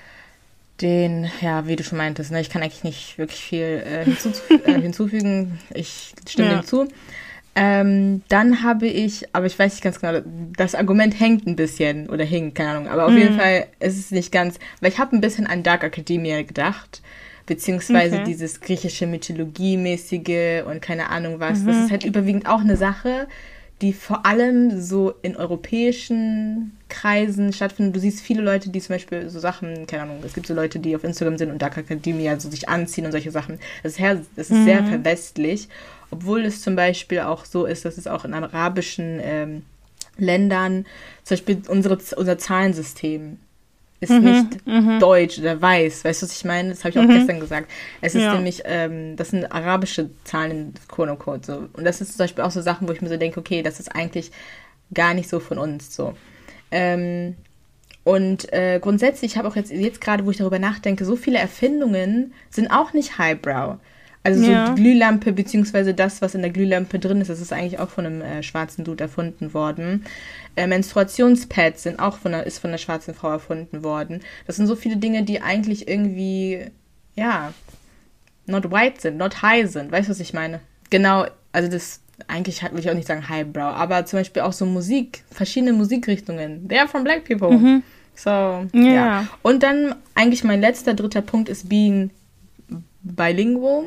A: den, ja, wie du schon meintest, ne, ich kann eigentlich nicht wirklich viel äh, hinzuzü- äh, hinzufügen. Ich stimme
B: ja.
A: dem zu. Ähm, dann habe ich, aber ich weiß nicht ganz genau, das Argument hängt ein bisschen, oder hing, keine Ahnung, aber auf mhm. jeden Fall ist es nicht ganz, weil ich habe ein bisschen an Dark Academia gedacht, beziehungsweise okay. dieses griechische Mythologie-mäßige und keine Ahnung was. Mhm. Das ist halt überwiegend auch eine Sache, die vor allem so in europäischen Kreisen stattfinden. Du siehst viele Leute, die zum Beispiel so Sachen, keine Ahnung, es gibt so Leute, die auf Instagram sind und Dark Academia so sich anziehen und solche Sachen. Das ist, her, das ist mhm. sehr verwestlich, obwohl es zum Beispiel auch so ist, dass es auch in arabischen ähm, Ländern, zum Beispiel unsere, unser Zahlensystem ist
B: mhm,
A: nicht
B: mhm.
A: deutsch oder weiß. Weißt du, was ich meine? Das habe ich auch
B: mhm.
A: gestern gesagt. Es ist
B: ja.
A: nämlich, ähm, das sind arabische Zahlen, quote unquote, so. Und das ist zum Beispiel auch so Sachen, wo ich mir so denke, okay, das ist eigentlich gar nicht so von uns, so. Ähm, und äh, grundsätzlich, ich habe auch jetzt, jetzt gerade, wo ich darüber nachdenke, so viele Erfindungen sind auch nicht highbrow. Also so
B: ja.
A: die Glühlampe, beziehungsweise das, was in der Glühlampe drin ist, das ist eigentlich auch von einem äh, schwarzen Dude erfunden worden. Äh, Menstruationspads sind auch von einer, ist von einer schwarzen Frau erfunden worden. Das sind so viele Dinge, die eigentlich irgendwie, ja, not white sind, not high sind. Weißt du, was ich meine? Genau, also das, eigentlich will ich auch nicht sagen highbrow, aber zum Beispiel auch so Musik, verschiedene Musikrichtungen. They are from black people.
B: Mhm.
A: So,
B: ja.
A: ja. Und dann eigentlich mein letzter, dritter Punkt ist being bilingual.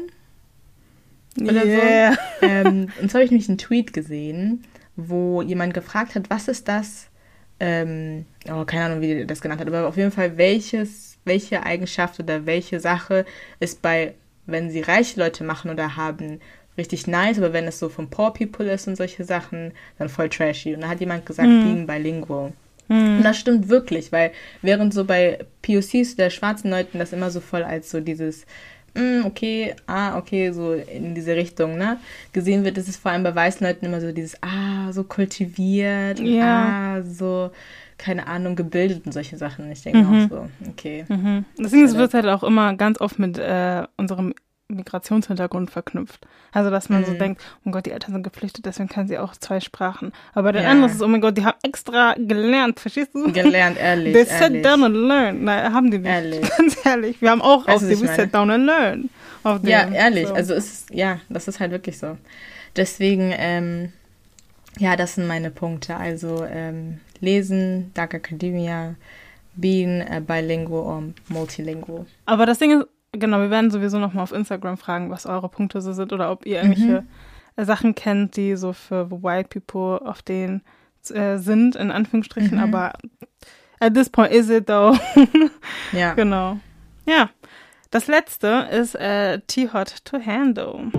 A: Oder
B: yeah.
A: so. Ähm, und so habe ich nämlich einen Tweet gesehen, wo jemand gefragt hat, was ist das, ähm, oh, keine Ahnung, wie der das genannt hat, aber auf jeden Fall, welches, welche Eigenschaft oder welche Sache ist bei, wenn sie reiche Leute machen oder haben, richtig nice, aber wenn es so von Poor People ist und solche Sachen, dann voll trashy. Und da hat jemand gesagt, mm. being bilingual. Mm. Und das stimmt wirklich, weil während so bei P O Cs der schwarzen Leuten das immer so voll als so dieses okay, ah, okay, so in diese Richtung, ne, gesehen wird, ist es vor allem bei weißen Leuten immer so dieses, ah, so kultiviert,
B: ja.
A: ah, so, keine Ahnung, gebildet und solche Sachen. Und ich denke
B: mhm.
A: auch so, okay.
B: Mhm. Deswegen wird es halt auch immer ganz oft mit äh, unserem Migrationshintergrund verknüpft. Also, dass man mhm. so denkt, oh Gott, die Eltern sind geflüchtet, deswegen kann sie auch zwei Sprachen. Aber der ja. andere ist, oh mein Gott, die haben extra gelernt, verstehst du?
A: Gelernt, ehrlich,
B: They
A: ehrlich.
B: sat down and learn. Nein, haben die nicht.
A: Ehrlich.
B: Ganz ehrlich. Wir haben auch
A: weißt
B: auf dem sat down and learn. Auf
A: ja,
B: dem,
A: ehrlich.
B: so.
A: Also, es ist, ja, das ist halt wirklich so. Deswegen, ähm, ja, das sind meine Punkte. Also, ähm, Lesen, Dark Academia, being uh, bilingual or multilingual.
B: Aber das Ding ist, genau, wir werden sowieso nochmal auf Instagram fragen, was eure Punkte so sind oder ob ihr irgendwelche mhm. Sachen kennt, die so für White People auf denen äh, sind, in Anführungsstrichen, mhm. aber at this point is it though.
A: Ja.
B: Genau. Ja. Das letzte ist äh, Too Hot to Handle.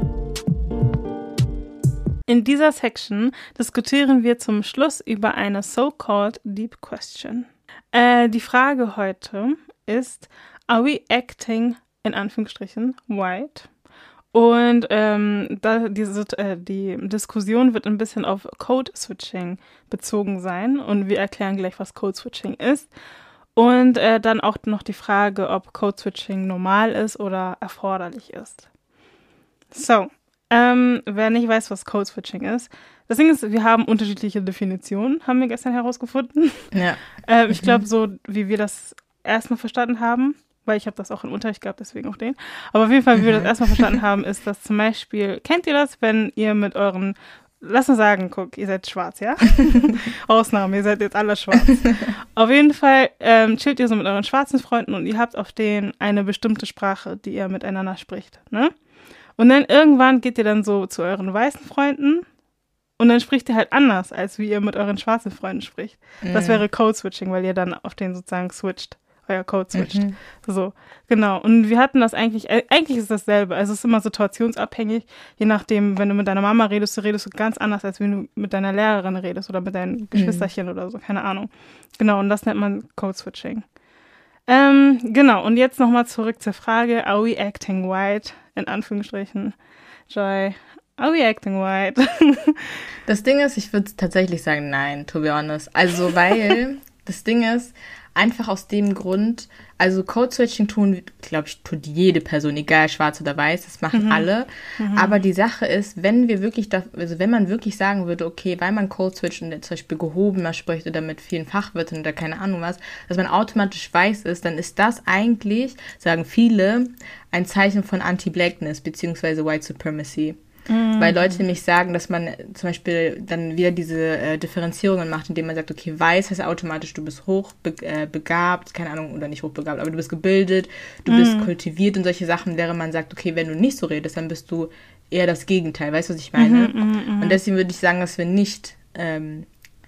B: In dieser Section diskutieren wir zum Schluss über eine so-called Deep Question. Äh, die Frage heute ist, are we acting, in Anführungsstrichen, white? Und ähm, da diese, äh, die Diskussion wird ein bisschen auf Code-Switching bezogen sein. Und wir erklären gleich, was Code-Switching ist. Und äh, dann auch noch die Frage, ob Code-Switching normal ist oder erforderlich ist. So, ähm, wer nicht weiß, was Code-Switching ist. Das Ding ist, wir haben unterschiedliche Definitionen, haben wir gestern herausgefunden.
A: Ja.
B: äh, ich glaube, so wie wir das erstmal verstanden haben, weil ich habe das auch im Unterricht gehabt, deswegen auch den. Aber auf jeden Fall, wie wir das erstmal verstanden haben, ist, dass zum Beispiel, kennt ihr das, wenn ihr mit euren, lass uns sagen, guck, ihr seid schwarz, ja? Ausnahme, ihr seid jetzt alle schwarz. Auf jeden Fall ähm, chillt ihr so mit euren schwarzen Freunden und ihr habt auf denen eine bestimmte Sprache, die ihr miteinander spricht, ne? Und dann irgendwann geht ihr dann so zu euren weißen Freunden und dann spricht ihr halt anders, als wie ihr mit euren schwarzen Freunden spricht. Das wäre Code-Switching, weil ihr dann auf den sozusagen switcht. euer Code switcht. Mhm. So, genau. Und wir hatten das eigentlich, äh, eigentlich ist dasselbe. Also es ist immer situationsabhängig, je nachdem, wenn du mit deiner Mama redest, du redest du ganz anders, als wenn du mit deiner Lehrerin redest oder mit deinen Geschwisterchen mhm. oder so, keine Ahnung. Genau, und das nennt man Code Switching. Ähm, genau, und jetzt nochmal zurück zur Frage, are we acting white? In Anführungsstrichen. Joy, are we acting white?
A: Das Ding ist, ich würde tatsächlich sagen, nein, to be honest. Also, weil das Ding ist, einfach aus dem Grund, also Code-Switching tun, glaube ich, tut jede Person, egal schwarz oder weiß, das machen mhm. alle. Mhm. Aber die Sache ist, wenn wir wirklich, da, also wenn man wirklich sagen würde, okay, weil man Code-Switcht und zum Beispiel gehobener spricht oder mit vielen Fachwörtern oder keine Ahnung was, dass man automatisch weiß ist, dann ist das eigentlich, sagen viele, ein Zeichen von Anti-Blackness beziehungsweise White Supremacy. Mhm. Weil Leute nämlich sagen, dass man zum Beispiel dann wieder diese äh, Differenzierungen macht, indem man sagt, okay, weiß heißt automatisch, du bist hochbegabt, äh, begabt, keine Ahnung, oder nicht hochbegabt, aber du bist gebildet, du mhm. bist kultiviert und solche Sachen, während man sagt, okay, wenn du nicht so redest, dann bist du eher das Gegenteil, weißt du, was ich meine? Mhm, mh, und deswegen würde ich sagen, dass wir nicht ähm,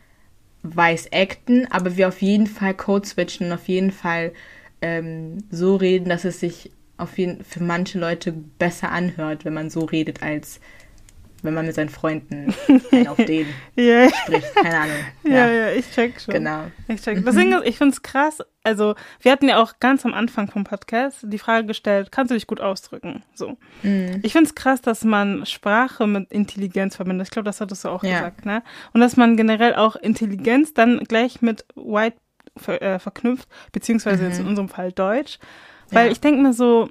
A: weiß acten, aber wir auf jeden Fall Code switchen und auf jeden Fall ähm, so reden, dass es sich auf jeden für manche Leute besser anhört, wenn man so redet, als wenn man mit seinen Freunden einen auf den
B: yeah.
A: spricht. Keine Ahnung.
B: Ja, ja, ja, ich check schon.
A: Genau.
B: Ich check. Deswegen, ich finde es krass, also wir hatten ja auch ganz am Anfang vom Podcast die Frage gestellt, kannst du dich gut ausdrücken? So. Mhm. Ich finde es krass, dass man Sprache mit Intelligenz verbindet. Ich glaube, das hattest du auch ja. gesagt, ne? Und dass man generell auch Intelligenz dann gleich mit White ver- äh, verknüpft, beziehungsweise mhm. jetzt in unserem Fall Deutsch. Weil ja. ich denke mir so,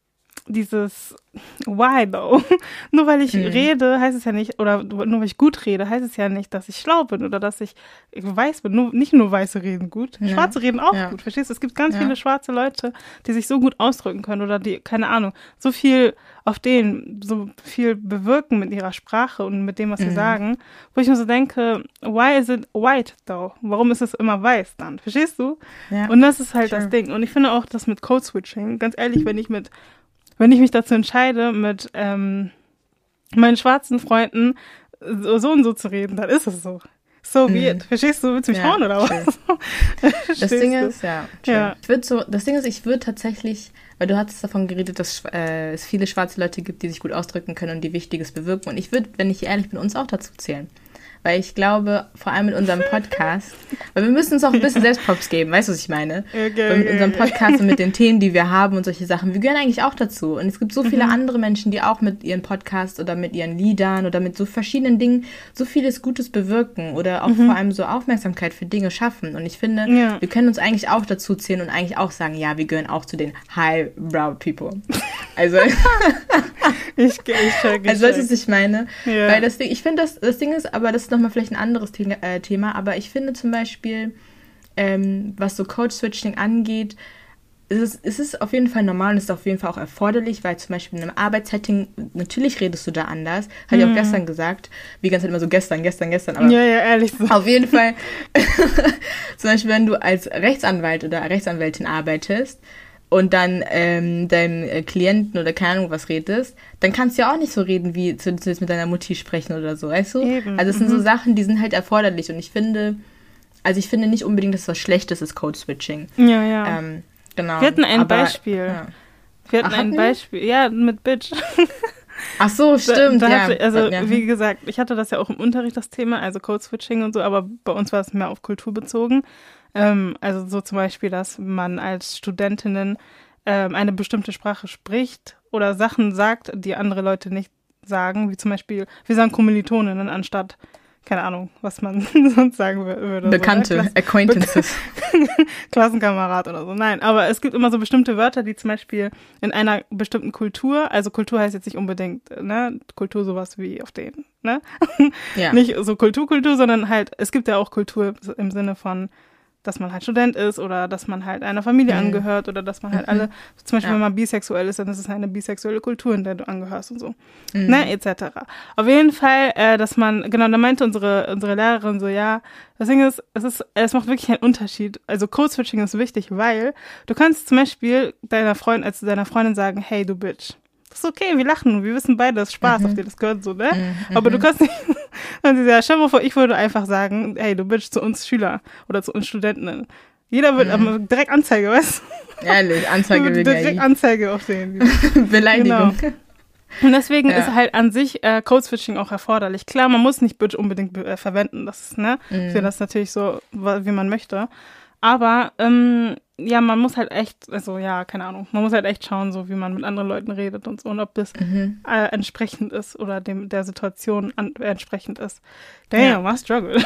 B: dieses why though? Nur weil ich mhm. rede, heißt es ja nicht, oder nur weil ich gut rede, heißt es ja nicht, dass ich schlau bin oder dass ich weiß bin. Nur, nicht nur Weiße reden gut, ja. Schwarze reden auch ja. gut, verstehst du? Es gibt ganz ja. viele schwarze Leute, die sich so gut ausdrücken können oder die, keine Ahnung, so viel auf denen, so viel bewirken mit ihrer Sprache und mit dem, was mhm. sie sagen, wo ich mir so denke, why is it white though? Warum ist es immer weiß dann? Verstehst du? Ja. Und das ist halt sure. das Ding. Und ich finde auch, das mit Code-Switching, ganz ehrlich, wenn ich mit Wenn ich mich dazu entscheide, mit ähm, meinen schwarzen Freunden so, so und so zu reden, dann ist es so. So weird. Mhm. Verstehst du? Willst du mich ja, hauen oder was?
A: Das Ding
B: du?
A: ist, ja. ja. Ich würd so, das Ding ist, ich würde tatsächlich, weil du hattest davon geredet, dass äh, es viele schwarze Leute gibt, die sich gut ausdrücken können und die Wichtiges bewirken. Und ich würde, wenn ich ehrlich bin, uns auch dazu zählen. Weil ich glaube, vor allem in unserem Podcast, weil wir müssen uns auch ein bisschen Selbstprops geben, weißt du, was ich meine? Okay, weil mit unserem Podcast und mit den Themen, die wir haben und solche Sachen, wir gehören eigentlich auch dazu. Und es gibt so viele mhm. andere Menschen, die auch mit ihren Podcasts oder mit ihren Liedern oder mit so verschiedenen Dingen so vieles Gutes bewirken oder auch mhm. vor allem so Aufmerksamkeit für Dinge schaffen. Und ich finde, ja. wir können uns eigentlich auch dazu zählen und eigentlich auch sagen, ja, wir gehören auch zu den Highbrow People. Also,
B: ich, ich check, ich
A: also das ist, was ich meine. Ja. Weil das Ding, ich finde, das, das Ding ist, aber das ist nochmal vielleicht ein anderes The- äh, Thema, aber ich finde zum Beispiel, ähm, was so Code-Switching angeht, ist es, ist es auf jeden Fall normal und ist auf jeden Fall auch erforderlich, weil zum Beispiel in einem Arbeitssetting, natürlich redest du da anders, hatte mhm. ich auch gestern gesagt, wie die ganze Zeit immer so gestern, gestern, gestern, aber
B: ja, ja, ehrlich so.
A: Auf jeden Fall, zum Beispiel, wenn du als Rechtsanwalt oder Rechtsanwältin arbeitest, und dann ähm, deinem Klienten oder keine Ahnung was redest, dann kannst du ja auch nicht so reden, wie zu, zu mit deiner Mutti sprechen oder so, weißt du? Eben. Also es sind mhm. so Sachen, die sind halt erforderlich und ich finde, also ich finde nicht unbedingt, dass was Schlechtes ist, Code-Switching.
B: Ja, ja.
A: Ähm, genau.
B: Wir hatten ein
A: Aber,
B: Beispiel. Ja. Wir hatten Ach, ein Beispiel, ja, mit Bitch.
A: Ach so, stimmt,
B: da, da
A: ja.
B: Hatte, also
A: ja.
B: wie gesagt, ich hatte das ja auch im Unterricht, das Thema, also Code-Switching und so, aber bei uns war es mehr auf Kultur bezogen. Ähm, also so zum Beispiel, dass man als Studentinnen ähm, eine bestimmte Sprache spricht oder Sachen sagt, die andere Leute nicht sagen, wie zum Beispiel, wir sagen Kommilitoninnen anstatt, keine Ahnung, was man sonst sagen würde.
A: Bekannte, so, Klassen- Acquaintances.
B: Klassenkamerad oder so. Nein, aber es gibt immer so bestimmte Wörter, die zum Beispiel in einer bestimmten Kultur, also Kultur heißt jetzt nicht unbedingt, ne, Kultur sowas wie auf den, ne? Ja. Nicht so Kulturkultur, sondern halt, es gibt ja auch Kultur im Sinne von, dass man halt Student ist oder dass man halt einer Familie mhm. angehört oder dass man halt mhm. alle, zum Beispiel ja. wenn man bisexuell ist, dann ist es eine bisexuelle Kultur, in der du angehörst und so, mhm. ne, et cetera. Auf jeden Fall, äh, dass man, genau, da meinte unsere unsere Lehrerin so, ja, das Ding ist, es ist, es macht wirklich einen Unterschied. Also Code-Switching ist wichtig, weil du kannst zum Beispiel deiner Freundin, als deiner Freundin sagen, hey, du Bitch. Das ist okay, wir lachen, wir wissen beide, das ist Spaß, mhm. auf dir das gehört so, ne? Mhm. Aber du kannst nicht, dann sie sagt, stell mal vor, ich würde einfach sagen, hey, du Bitch, zu uns Schüler oder zu uns Studentinnen. Jeder wird mhm. ähm, direkt Anzeige, weißt
A: du? Ehrlich, Anzeige wegen
B: direkt Anzeige auf den.
A: Beleidigung.
B: Genau. Und deswegen ja. ist halt an sich äh, Code-Switching auch erforderlich. Klar, man muss nicht Bitch unbedingt äh, verwenden, das ist, ne? Mhm. Ich sehe das natürlich so, wie man möchte. Aber, ähm, ja, man muss halt echt, also ja, keine Ahnung, man muss halt echt schauen, so wie man mit anderen Leuten redet und so und ob das mhm. äh, entsprechend ist oder dem der Situation an, äh, entsprechend ist. Damn, ja. was struggle.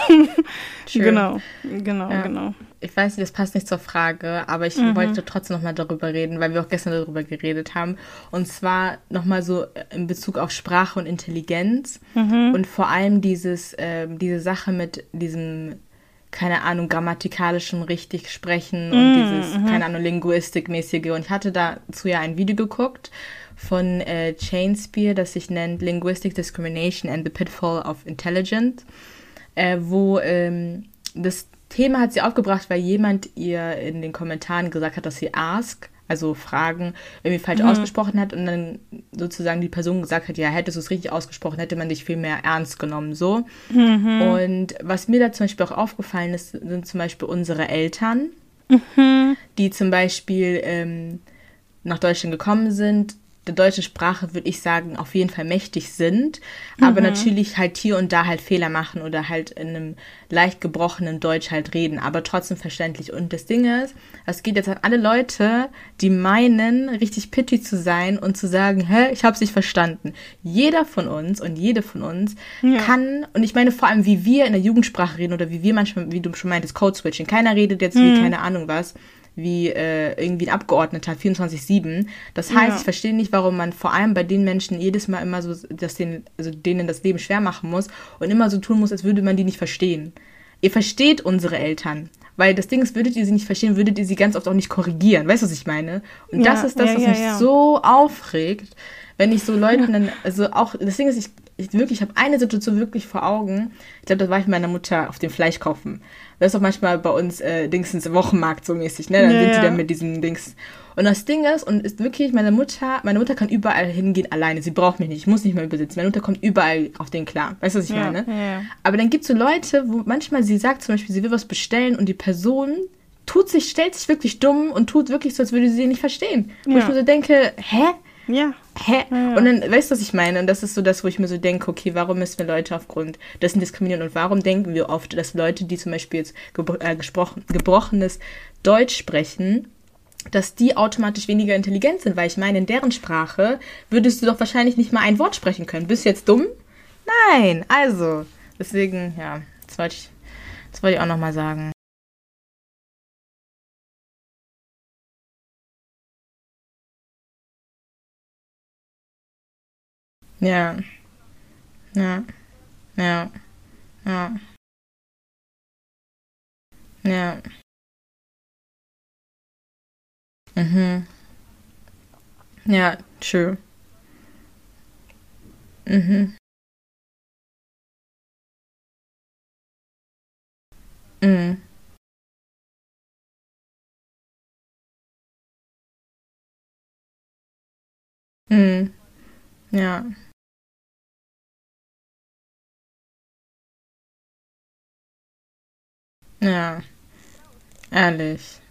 B: Genau, genau, ja. genau.
A: Ich weiß nicht, das passt nicht zur Frage, aber ich mhm. wollte trotzdem nochmal darüber reden, weil wir auch gestern darüber geredet haben. Und zwar nochmal so in Bezug auf Sprache und Intelligenz mhm. und vor allem dieses, äh, diese Sache mit diesem keine Ahnung, grammatikalischem richtig sprechen und mm, dieses, mm-hmm. keine Ahnung, linguistikmäßige. Und ich hatte dazu ja ein Video geguckt von äh, Chainspear, das sich nennt Linguistic Discrimination and the Pitfall of Intelligence, äh, wo ähm, das Thema hat sie aufgebracht, weil jemand ihr in den Kommentaren gesagt hat, dass sie ask, also Fragen, irgendwie falsch mhm. ausgesprochen hat und dann sozusagen die Person gesagt hat, ja, hättest du es richtig ausgesprochen, hätte man dich viel mehr ernst genommen, so. Mhm. Und was mir da zum Beispiel auch aufgefallen ist, sind zum Beispiel unsere Eltern, mhm. die zum Beispiel ähm, nach Deutschland gekommen sind, der deutschen Sprache, würde ich sagen, auf jeden Fall mächtig sind, mhm. aber natürlich halt hier und da halt Fehler machen oder halt in einem leicht gebrochenen Deutsch halt reden, aber trotzdem verständlich. Und das Ding ist, es geht jetzt an alle Leute, die meinen, richtig pitchy zu sein und zu sagen, hä, ich hab's nicht verstanden. Jeder von uns und jede von uns ja. kann, und ich meine vor allem, wie wir in der Jugendsprache reden oder wie wir manchmal, wie du schon meintest, Code-Switching. Keiner redet jetzt mhm. wie keine Ahnung was, wie äh, irgendwie ein Abgeordneter vierundzwanzig sieben. Das heißt, ja. ich verstehe nicht, warum man vor allem bei den Menschen jedes Mal immer so, dass denen, also denen das Leben schwer machen muss und immer so tun muss, als würde man die nicht verstehen. Ihr versteht unsere Eltern, weil das Ding ist, würdet ihr sie nicht verstehen, würdet ihr sie ganz oft auch nicht korrigieren. Weißt du, was ich meine? Und ja, das ist das, ja, was ja, mich ja. so aufregt, wenn ich so Leuten dann, also auch, das Ding ist, ich, ich wirklich, ich habe eine Situation wirklich vor Augen. Ich glaube, da war ich mit meiner Mutter auf dem Fleisch kaufen. Das ist auch manchmal bei uns äh, Dingsens Wochenmarkt so mäßig, ne? Dann ja, sind die ja. dann mit diesen Dings. Und das Ding ist, und ist wirklich, meine Mutter, meine Mutter kann überall hingehen alleine. Sie braucht mich nicht, ich muss nicht mehr übersitzen. Meine Mutter kommt überall auf den klar. Weißt du, was ich ja, meine? Ja. Aber dann gibt es so Leute, wo manchmal sie sagt zum Beispiel, sie will was bestellen und die Person tut sich, stellt sich wirklich dumm und tut wirklich so, als würde sie sie nicht verstehen. Ja. Wo ich mir so denke, hä?
B: Ja.
A: Hä?
B: Ja, ja.
A: Und dann, weißt du, was ich meine? Und das ist so das, wo ich mir so denke, okay, warum müssen wir Leute aufgrund dessen diskriminieren und warum denken wir oft, dass Leute, die zum Beispiel jetzt gebro- äh, gesprochen, gebrochenes Deutsch sprechen, dass die automatisch weniger intelligent sind, weil ich meine, in deren Sprache würdest du doch wahrscheinlich nicht mal ein Wort sprechen können. Bist du jetzt dumm? Nein, also, deswegen, ja, das wollte ich, das wollte ich auch nochmal sagen. Ja, ja, ja, ja, ja, mhm, ja, true, mhm, mhm, mhm, ja, ja, ehrlich.